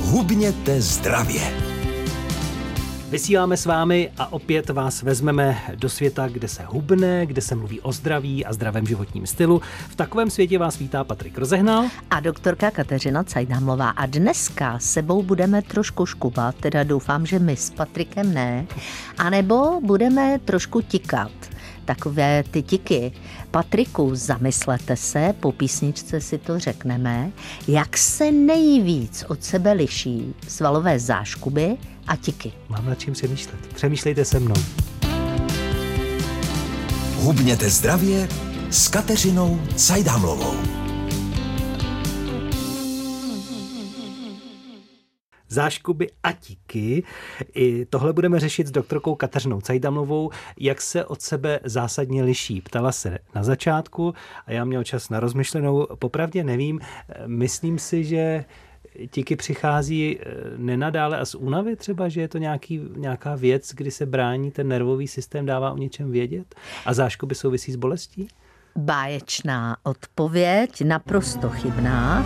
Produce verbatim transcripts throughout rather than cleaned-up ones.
Hubněte zdravě. Vysíláme s vámi a opět vás vezmeme do světa, kde se hubne, kde se mluví o zdraví a zdravém životním stylu. V takovém světě vás vítá Patrik Rozehnal a doktorka Kateřina Cajdámlová. A dneska sebou budeme trošku škubat, teda doufám, že my s Patrikem ne, anebo budeme trošku tikat. Takové ty tiky. Patriku, zamyslete se, po písničce si to řekneme, jak se nejvíc od sebe liší svalové záškuby a tiky. Mám nad čím přemýšlet. Přemýšlejte se mnou. Hubněte zdravě s Kateřinou Cajdámlovou. Záškuby a tiky. I tohle budeme řešit s doktorkou Kateřinou Cajdámlovou, jak se od sebe zásadně liší. Ptala se na začátku a já měl čas na rozmyšlenou. Popravdě nevím, myslím si, že tiky přichází nenadále a z únavy třeba, že je to nějaký, nějaká věc, kdy se brání, ten nervový systém dává o něčem vědět a záškuby souvisí s bolestí? Báječná odpověď, naprosto chybná.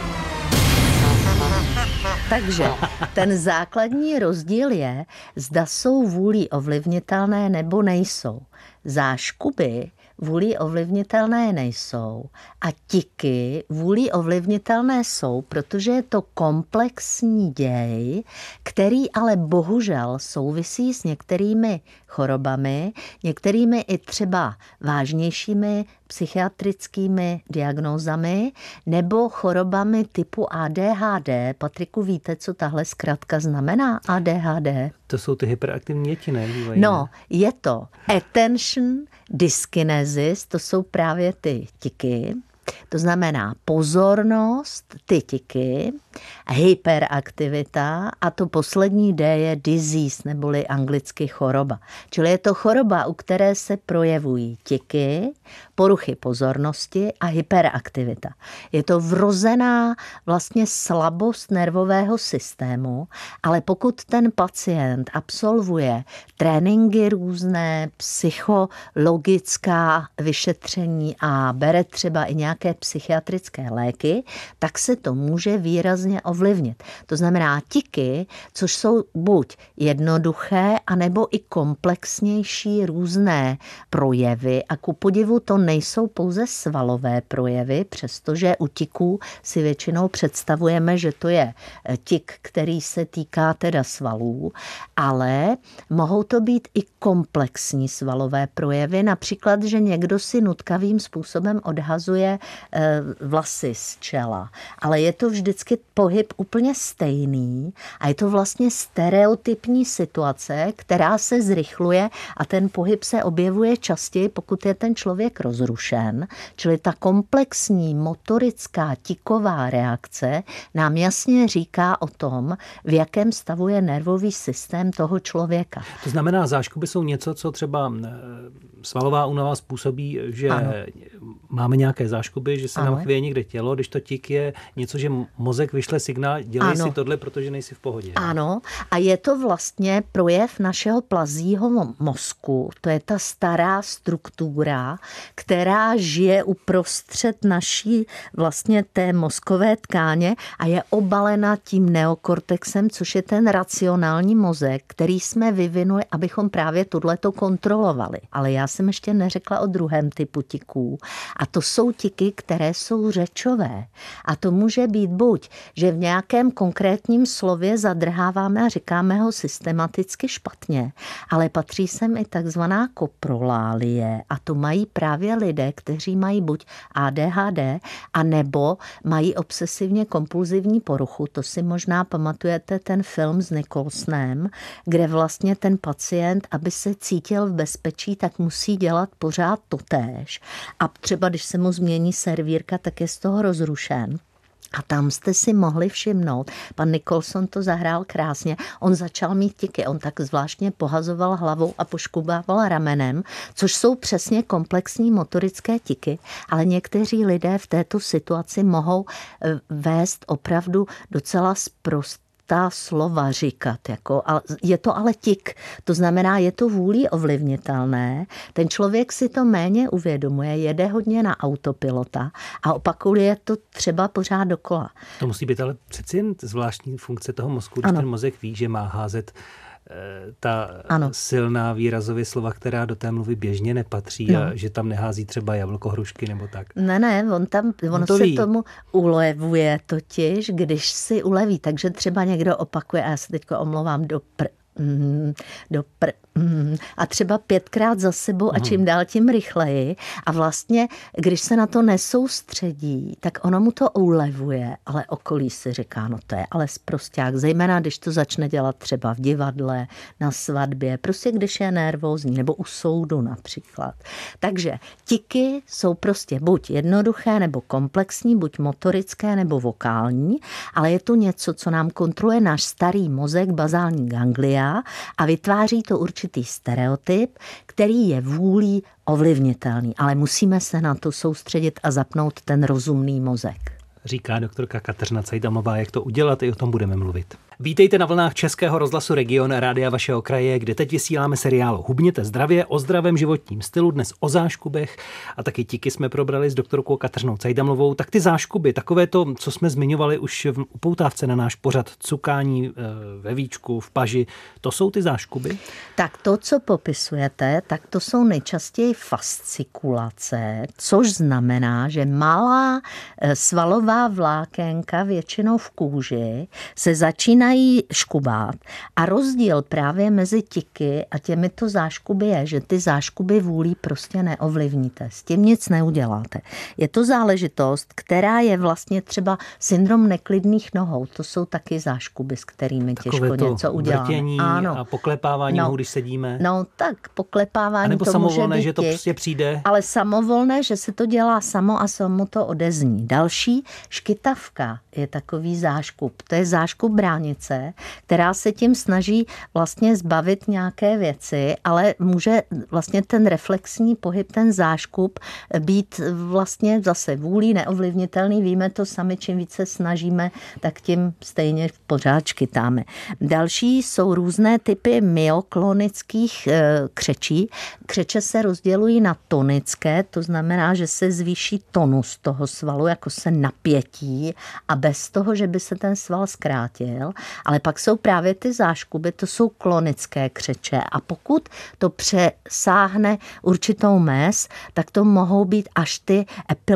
Takže ten základní rozdíl je, zda jsou vůlí ovlivnitelné nebo nejsou. Záškuby vůlí ovlivnitelné nejsou a tiky vůlí ovlivnitelné jsou, protože je to komplexní děj, který ale bohužel souvisí s některými chorobami, některými i třeba vážnějšími psychiatrickými diagnózami nebo chorobami typu A D H D. Patriku, víte, co tahle zkratka znamená A D H D? To jsou ty hyperaktivní děti, ne? No, je to Attention Dyskinesis, to jsou právě ty tiky. To znamená pozornost, ty tiky, hyperaktivita a to poslední D je disease, neboli anglicky choroba. Čili je to choroba, u které se projevují tiky, poruchy pozornosti a hyperaktivita. Je to vrozená vlastně slabost nervového systému, ale pokud ten pacient absolvuje tréninky různé, psychologická vyšetření a bere třeba i nějaké psychiatrické léky, tak se to může výrazně ovlivnit. To znamená tiky, což jsou buď jednoduché, anebo i komplexnější různé projevy a ku podivu to nejsou pouze svalové projevy, přestože u tiků si většinou představujeme, že to je tik, který se týká teda svalů, ale mohou to být i komplexní svalové projevy, například, že někdo si nutkavým způsobem odhazuje vlasy z čela, ale je to vždycky pohyb úplně stejný a je to vlastně stereotypní situace, která se zrychluje a ten pohyb se objevuje častěji, pokud je ten člověk rozrušen, čili ta komplexní motorická tiková reakce nám jasně říká o tom, v jakém stavu je nervový systém toho člověka. To znamená, záškuby jsou něco, co třeba svalová únava způsobí, že ano. Máme nějaké záškuby, že se ano. nám chvěje někde tělo, když to tik je něco, že mozek vyšle signál, dělej ano. si tohle, protože nejsi v pohodě. Ano, a je to vlastně projev našeho plazího mozku, to je ta stará struktura, která žije uprostřed naší vlastně té mozkové tkáně a je obalena tím neokortexem, což je ten racionální mozek, který jsme vyvinuli, abychom právě tohleto kontrolovali. Ale já jsem ještě neřekla o druhém typu tiků. A to jsou tiky, které jsou řečové. A to může být buď, že v nějakém konkrétním slově zadrháváme a říkáme ho systematicky špatně, ale patří sem i takzvaná koprolálie. A to mají právě lidé, kteří mají buď A D H D, anebo mají obsesivně kompulzivní poruchu. To si možná pamatujete ten film s Nicholsonem, kde vlastně ten pacient, aby se cítil v bezpečí, tak musí dělat pořád totéž. A třeba když se mu změní servírka, tak je z toho rozrušen. A tam jste si mohli všimnout, pan Nicholson to zahrál krásně, on začal mít tiky, on tak zvláštně pohazoval hlavou a poškubával ramenem, což jsou přesně komplexní motorické tiky, ale někteří lidé v této situaci mohou vést opravdu docela zprost ta slova říkat. Jako, je to ale tik, to znamená, je to vůlí ovlivnitelné. Ten člověk si to méně uvědomuje, jede hodně na autopilota a opakuje to třeba pořád dokola. To musí být ale přeci jen zvláštní funkce toho mozku, když ano. ten mozek ví, že má házet ta ano. silná výrazově slova, která do té mluvy běžně nepatří no. a že tam nehází třeba jablko, hrušky nebo tak. Ne, ne, on tam, on, on to se ví. Tomu ulevuje totiž, když si uleví, takže třeba někdo opakuje, a já se teďko omlouvám, do pr... Mm, do pr... Mm, a třeba pětkrát za sebou a čím dál tím rychleji a vlastně, když se na to nesoustředí, tak ono mu to ulevuje, ale okolí si říká, no to je ale sprosťák, zejména když to začne dělat třeba v divadle, na svatbě, prostě když je nervózní, nebo u soudu například. Takže tiky jsou prostě buď jednoduché, nebo komplexní, buď motorické, nebo vokální, ale je to něco, co nám kontroluje náš starý mozek, bazální ganglia a vytváří to určitě stereotyp, který je vůlí ovlivnitelný, ale musíme se na to soustředit a zapnout ten rozumný mozek. Říká doktorka Kateřina Cajdamová, jak to udělat, i o tom budeme mluvit. Vítejte na vlnách Českého rozhlasu Region, rádia vašeho kraje, kde teď vysíláme seriál Hubněte zdravě, o zdravém životním stylu, dnes o záškubech a taky tiky jsme probrali s doktorkou Kateřinou Cajdamlovou. Tak ty záškuby, takové to, co jsme zmiňovali už v upoutávce na náš pořad, cukání ve víčku, v paži, to jsou ty záškuby? Tak to, co popisujete, tak to jsou nejčastěji fascikulace, což znamená, že malá svalová vlákénka většinou v kůži se začíná škubat a rozdíl právě mezi tiky a těmito záškuby je, že ty záškuby vůlí prostě neovlivníte. S tím nic neuděláte. Je to záležitost, která je vlastně třeba syndrom neklidných nohou. To jsou taky záškuby, s kterými takové těžko něco uděláme. Vrtění a poklepávání no, nohou, když sedíme. No tak, poklepávání a nebo to samovolné, může být že to tik, prostě přijde. Ale samovolné, že se to dělá samo a samo to odezní. Další škytavka je takový záškup. To je záškup bránice, která se tím snaží vlastně zbavit nějaké věci, ale může vlastně ten reflexní pohyb, ten záškup být vlastně zase vůlí neovlivnitelný. Víme to sami, čím více snažíme, tak tím stejně pořád škytáme. Další jsou různé typy myoklonických křečí. Křeče se rozdělují na tonické, to znamená, že se zvýší tonus toho svalu, jako se napětí a bez toho, že by se ten sval zkrátil. Ale pak jsou právě ty záškuby, to jsou klonické křeče a pokud to přesáhne určitou mez, tak to mohou být až ty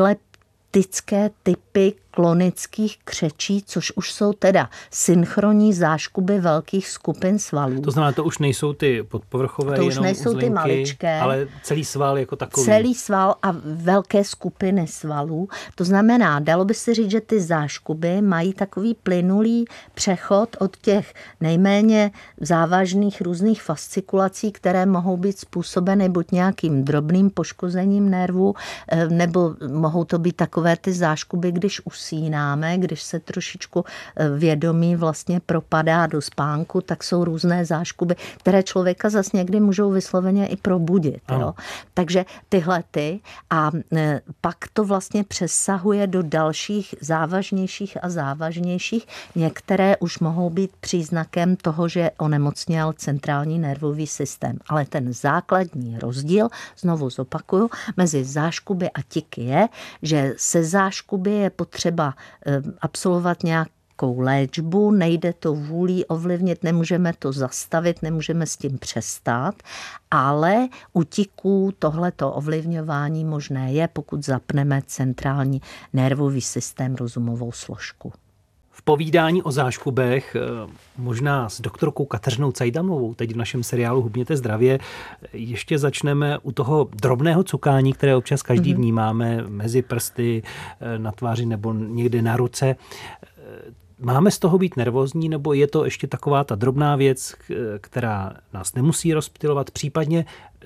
epileptické typy klonických křečí, což už jsou teda synchronní záškuby velkých skupin svalů. To znamená, to už nejsou ty podpovrchové, to už jenom nejsou uzlinky, ty maličké, ale celý sval jako takový. Celý sval a velké skupiny svalů. To znamená, dalo by se říct, že ty záškuby mají takový plynulý přechod od těch nejméně závažných různých fascikulací, které mohou být způsobeny buď nějakým drobným poškozením nervu, nebo mohou to být takové ty záškuby, když usínáme, když se trošičku vědomí vlastně propadá do spánku, tak jsou různé záškuby, které člověka zas někdy můžou vysloveně i probudit. Jo? Takže tyhle ty a pak to vlastně přesahuje do dalších závažnějších a závažnějších. Některé už mohou být příznakem toho, že onemocněl centrální nervový systém. Ale ten základní rozdíl, znovu zopakuju, mezi záškuby a tiky je, že se záškuby je potřeba absolvovat nějakou léčbu, nejde to vůlí ovlivnit, nemůžeme to zastavit, nemůžeme s tím přestat, ale u tiků tohleto ovlivňování možné je, pokud zapneme centrální nervový systém, rozumovou složku. V povídání o záškubech, možná s doktorkou Kateřinou Cajdamovou, teď v našem seriálu Hubněte zdravě, ještě začneme u toho drobného cukání, které občas každý mm-hmm. vnímáme mezi prsty, na tváři nebo někde na ruce. Máme z toho být nervózní, nebo je to ještě taková ta drobná věc, která nás nemusí rozptylovat, případně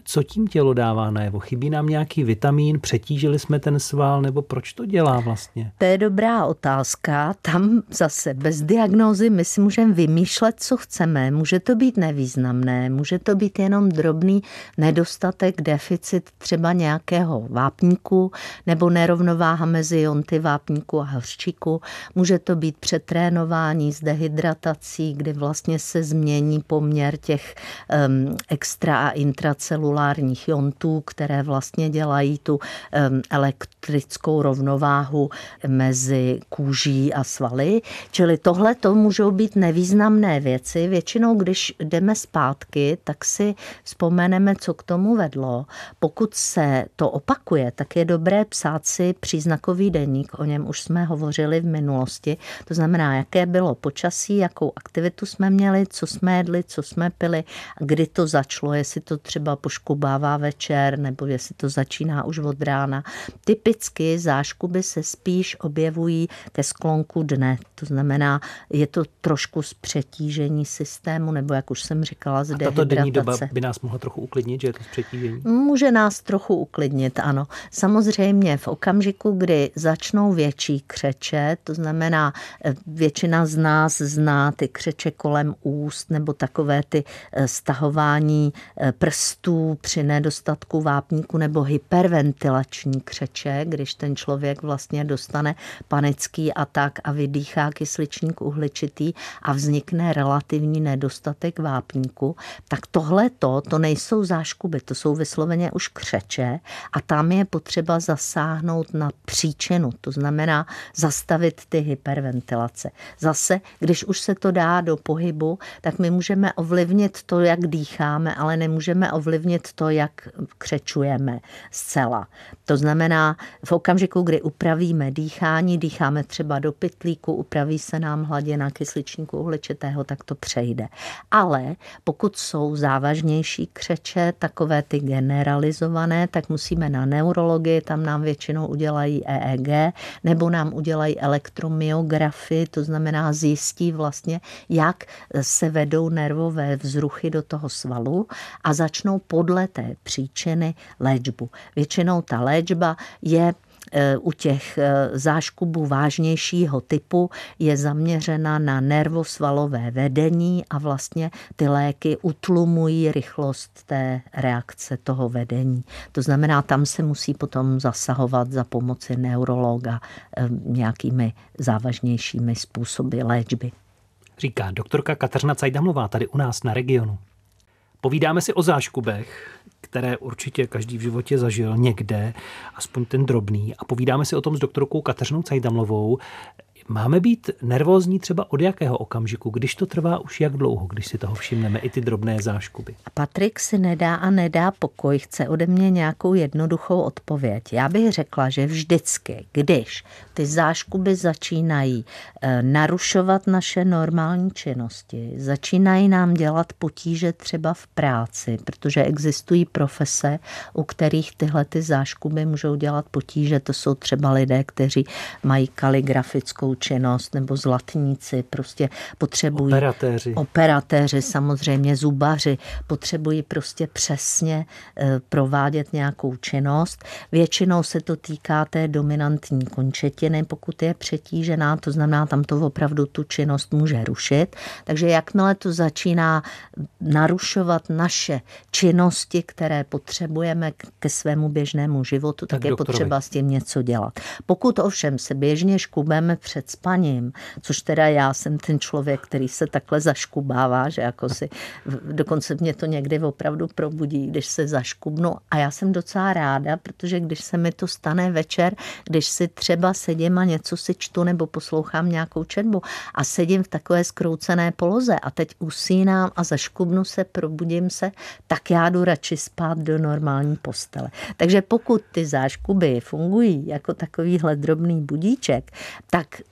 co tím tělo dává najevo? Chybí nám nějaký vitamín, přetížili jsme ten sval, nebo proč to dělá vlastně? To je dobrá otázka. Tam zase bez diagnózy my si můžeme vymýšlet, co chceme. Může to být nevýznamné, může to být jenom drobný nedostatek, deficit třeba nějakého vápníku nebo nerovnováha mezi jonty vápníku a hořčíku. Může to být přetrénování s dehydratací, kdy vlastně se změní poměr těch um, extra a intracelulárních jontů, které vlastně dělají tu um, elektrickou rovnováhu mezi kůží a svaly. Čili tohle to můžou být nevýznamné věci. Většinou, když jdeme zpátky, tak si vzpomeneme, co k tomu vedlo. Pokud se to opakuje, tak je dobré psát si příznakový deník, o něm už jsme hovořili v minulosti. To znamená, jaké bylo počasí, jakou aktivitu jsme měli, co jsme jedli, co jsme pili, kdy to začalo, jestli to třeba poškubává večer, nebo jestli to začíná už od rána. Typicky záškuby se spíš objevují ke sklonku dne. To znamená, je to trošku z přetížení systému, nebo jak už jsem říkala, z dehydratace. A tato denní doba by nás mohla trochu uklidnit, že je to z přetížení? Může nás trochu uklidnit, ano. Samozřejmě v okamžiku, kdy začnou větší křeče, to znamená, většina z nás zná ty křeče kolem úst nebo takové ty stahování prstů při nedostatku vápníku nebo hyperventilační křeče, když ten člověk vlastně dostane panický atak a vydýchá kysličník uhličitý a vznikne relativní nedostatek vápníku, tak tohleto, to nejsou záškuby, to jsou vysloveně už křeče a tam je potřeba zasáhnout na příčinu, to znamená zastavit ty hyperventilace. Zase, když už se to dá do pohybu, tak my můžeme ovlivnit to, jak dýcháme, ale nemůžeme ovlivnit to, jak křečujeme zcela. To znamená, v okamžiku, kdy upravíme dýchání, dýcháme třeba do pytlíku, upraví se nám hladina kysličníku uhličitého, tak to přejde. Ale pokud jsou závažnější křeče, takové ty generalizované, tak musíme na neurologii, tam nám většinou udělají E E G, nebo nám udělají elektromyografii, to znamená zjistí vlastně, jak se vedou nervové vzruchy do toho svalu a začnou podle té příčiny léčbu. Většinou ta léčba je u těch záškubů vážnějšího typu je zaměřena na nervosvalové vedení a vlastně ty léky utlumují rychlost té reakce toho vedení. To znamená, tam se musí potom zasahovat za pomoci neurologa nějakými závažnějšími způsoby léčby. Říká doktorka Kateřina Cajdamlová tady u nás na Regionu. Povídáme si o záškubech, které určitě každý v životě zažil někde, aspoň ten drobný. A povídáme si o tom s doktorkou Kateřinou Cajdamlovou. Máme být nervózní třeba od jakého okamžiku, když to trvá už jak dlouho, když si toho všimneme, i ty drobné záškuby? Patrik si nedá a nedá pokoj, chce ode mě nějakou jednoduchou odpověď. Já bych řekla, že vždycky, když ty záškuby začínají e, narušovat naše normální činnosti, začínají nám dělat potíže třeba v práci, protože existují profese, u kterých tyhle ty záškuby můžou dělat potíže. To jsou třeba lidé, kteří mají kaligrafickou činnost nebo zlatníci, prostě potřebují operatéři, operatéři samozřejmě zubaři, potřebují prostě přesně e, provádět nějakou činnost. Většinou se to týká té dominantní končetiny, pokud je přetížená, to znamená, tam to opravdu tu činnost může rušit. Takže jakmile to začíná narušovat naše činnosti, které potřebujeme ke svému běžnému životu, tak, tak je doktorovi. Potřeba s tím něco dělat. Pokud ovšem se běžně škubeme před spaním, což teda já jsem ten člověk, který se takhle zaškubává, že jako si, dokonce mě to někdy opravdu probudí, když se zaškubnu a já jsem docela ráda, protože když se mi to stane večer, když si třeba sedím a něco si čtu nebo poslouchám nějakou četbu a sedím v takové zkroucené poloze a teď usínám a zaškubnu se, probudím se, tak já jdu radši spát do normální postele. Takže pokud ty záškuby fungují jako takovýhle drobný budíček, tak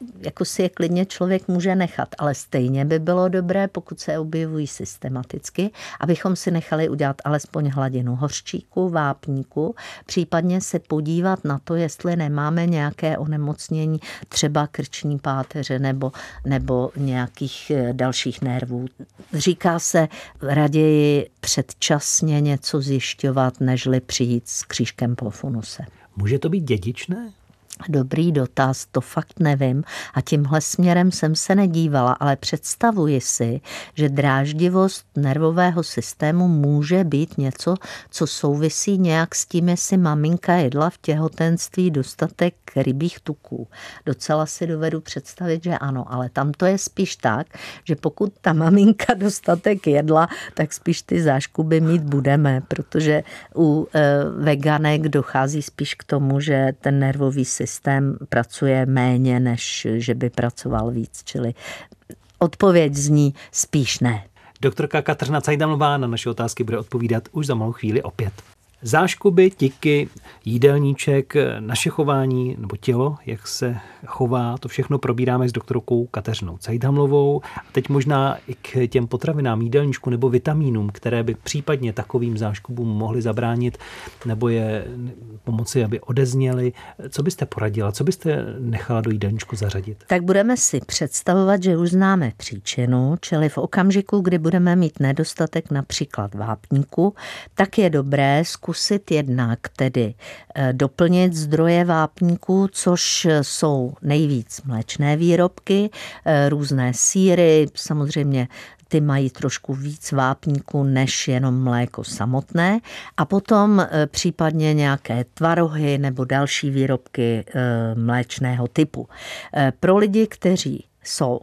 jako si je klidně člověk může nechat, ale stejně by bylo dobré, pokud se objevují systematicky, abychom si nechali udělat alespoň hladinu hořčíku, vápníku, případně se podívat na to, jestli nemáme nějaké onemocnění, třeba krční páteře nebo, nebo nějakých dalších nervů. Říká se raději předčasně něco zjišťovat, nežli přijít s křížkem po funuse. Může to být dědičné? Dobrý dotaz, to fakt nevím a tímhle směrem jsem se nedívala, ale představuji si, že dráždivost nervového systému může být něco, co souvisí nějak s tím, jestli maminka jedla v těhotenství dostatek rybích tuků. Docela si dovedu představit, že ano, ale tam to je spíš tak, že pokud ta maminka dostatek jedla, tak spíš ty záškuby mít budeme, protože u e, veganek dochází spíš k tomu, že ten nervový systém systém pracuje méně, než že by pracoval víc, čili odpověď zní spíš ne. Doktorka Kateřina Cajdamlová na naše otázky bude odpovídat už za malou chvíli opět. Záškuby, tiky, jídelníček, naše chování nebo tělo, jak se chová, to všechno probíráme s doktorkou Kateřinou Cajdamlovou. A teď možná i k těm potravinám, jídelníčku nebo vitamínům, které by případně takovým záškubům mohly zabránit nebo je pomoci, aby odezněly. Co byste poradila, co byste nechala do jídelníčku zařadit? Tak budeme si představovat, že už známe příčinu, čili v okamžiku, kdy budeme mít nedostatek například vápníku, tak je dobré zkusit Zkusit jednak tedy doplnit zdroje vápníku, což jsou nejvíc mléčné výrobky, různé sýry, samozřejmě ty mají trošku víc vápníku než jenom mléko samotné a potom případně nějaké tvarohy nebo další výrobky mléčného typu. Pro lidi, kteří jsou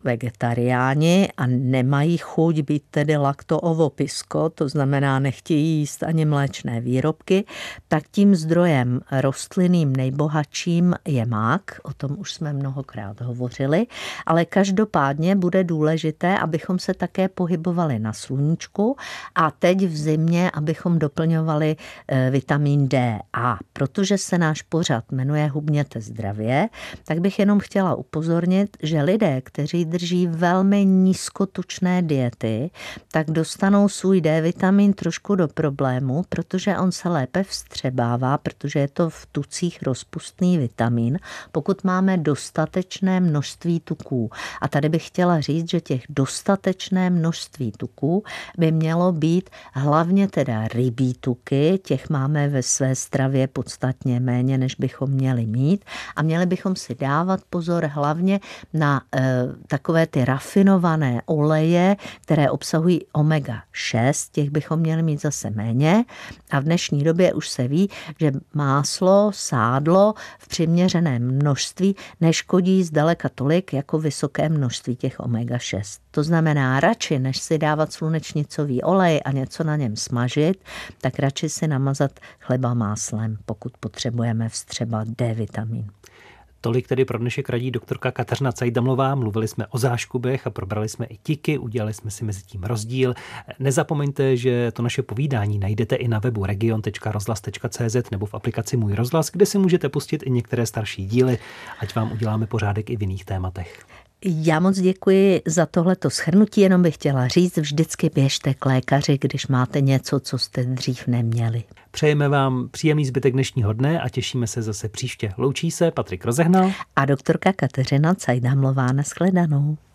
vegetariáni a nemají chuť být tedy lakto-ovopisko, to znamená nechtějí jíst ani mléčné výrobky, tak tím zdrojem rostlinným nejbohatším je mák, o tom už jsme mnohokrát hovořili, ale každopádně bude důležité, abychom se také pohybovali na sluníčku a teď v zimě, abychom doplňovali vitamin D a protože se náš pořad jmenuje Hubněte zdravě, tak bych jenom chtěla upozornit, že lidé, kteří drží velmi nízkotučné diety, tak dostanou svůj D-vitamin trošku do problému, protože on se lépe vstřebává, protože je to v tucích rozpustný vitamin, pokud máme dostatečné množství tuků. A tady bych chtěla říct, že těch dostatečné množství tuků by mělo být hlavně teda rybí tuky, těch máme ve své stravě podstatně méně, než bychom měli mít a měli bychom si dávat pozor hlavně na e, takové ty rafinované oleje, které obsahují omega šest, těch bychom měli mít zase méně a v dnešní době už se ví, že máslo, sádlo v přiměřeném množství neškodí zdaleka tolik jako vysoké množství těch omega šest. To znamená radši, než si dávat slunečnicový olej a něco na něm smažit, tak radši si namazat chleba máslem, pokud potřebujeme vstřebat D-vitamin. Tolik tedy pro dnešek radí doktorka Kateřina Cajdamlová. Mluvili jsme o záškubech a probrali jsme i tiky, udělali jsme si mezi tím rozdíl. Nezapomeňte, že to naše povídání najdete i na webu region tečka rozhlas tečka cé zet nebo v aplikaci Můj rozhlas, kde si můžete pustit i některé starší díly, ať vám uděláme pořádek i v jiných tématech. Já moc děkuji za tohleto shrnutí, jenom bych chtěla říct, vždycky běžte k lékaři, když máte něco, co jste dřív neměli. Přejeme vám příjemný zbytek dnešního dne a těšíme se zase příště. Loučí se Patrik Rozehnal a doktorka Kateřina Cajdamlová. Na shledanou.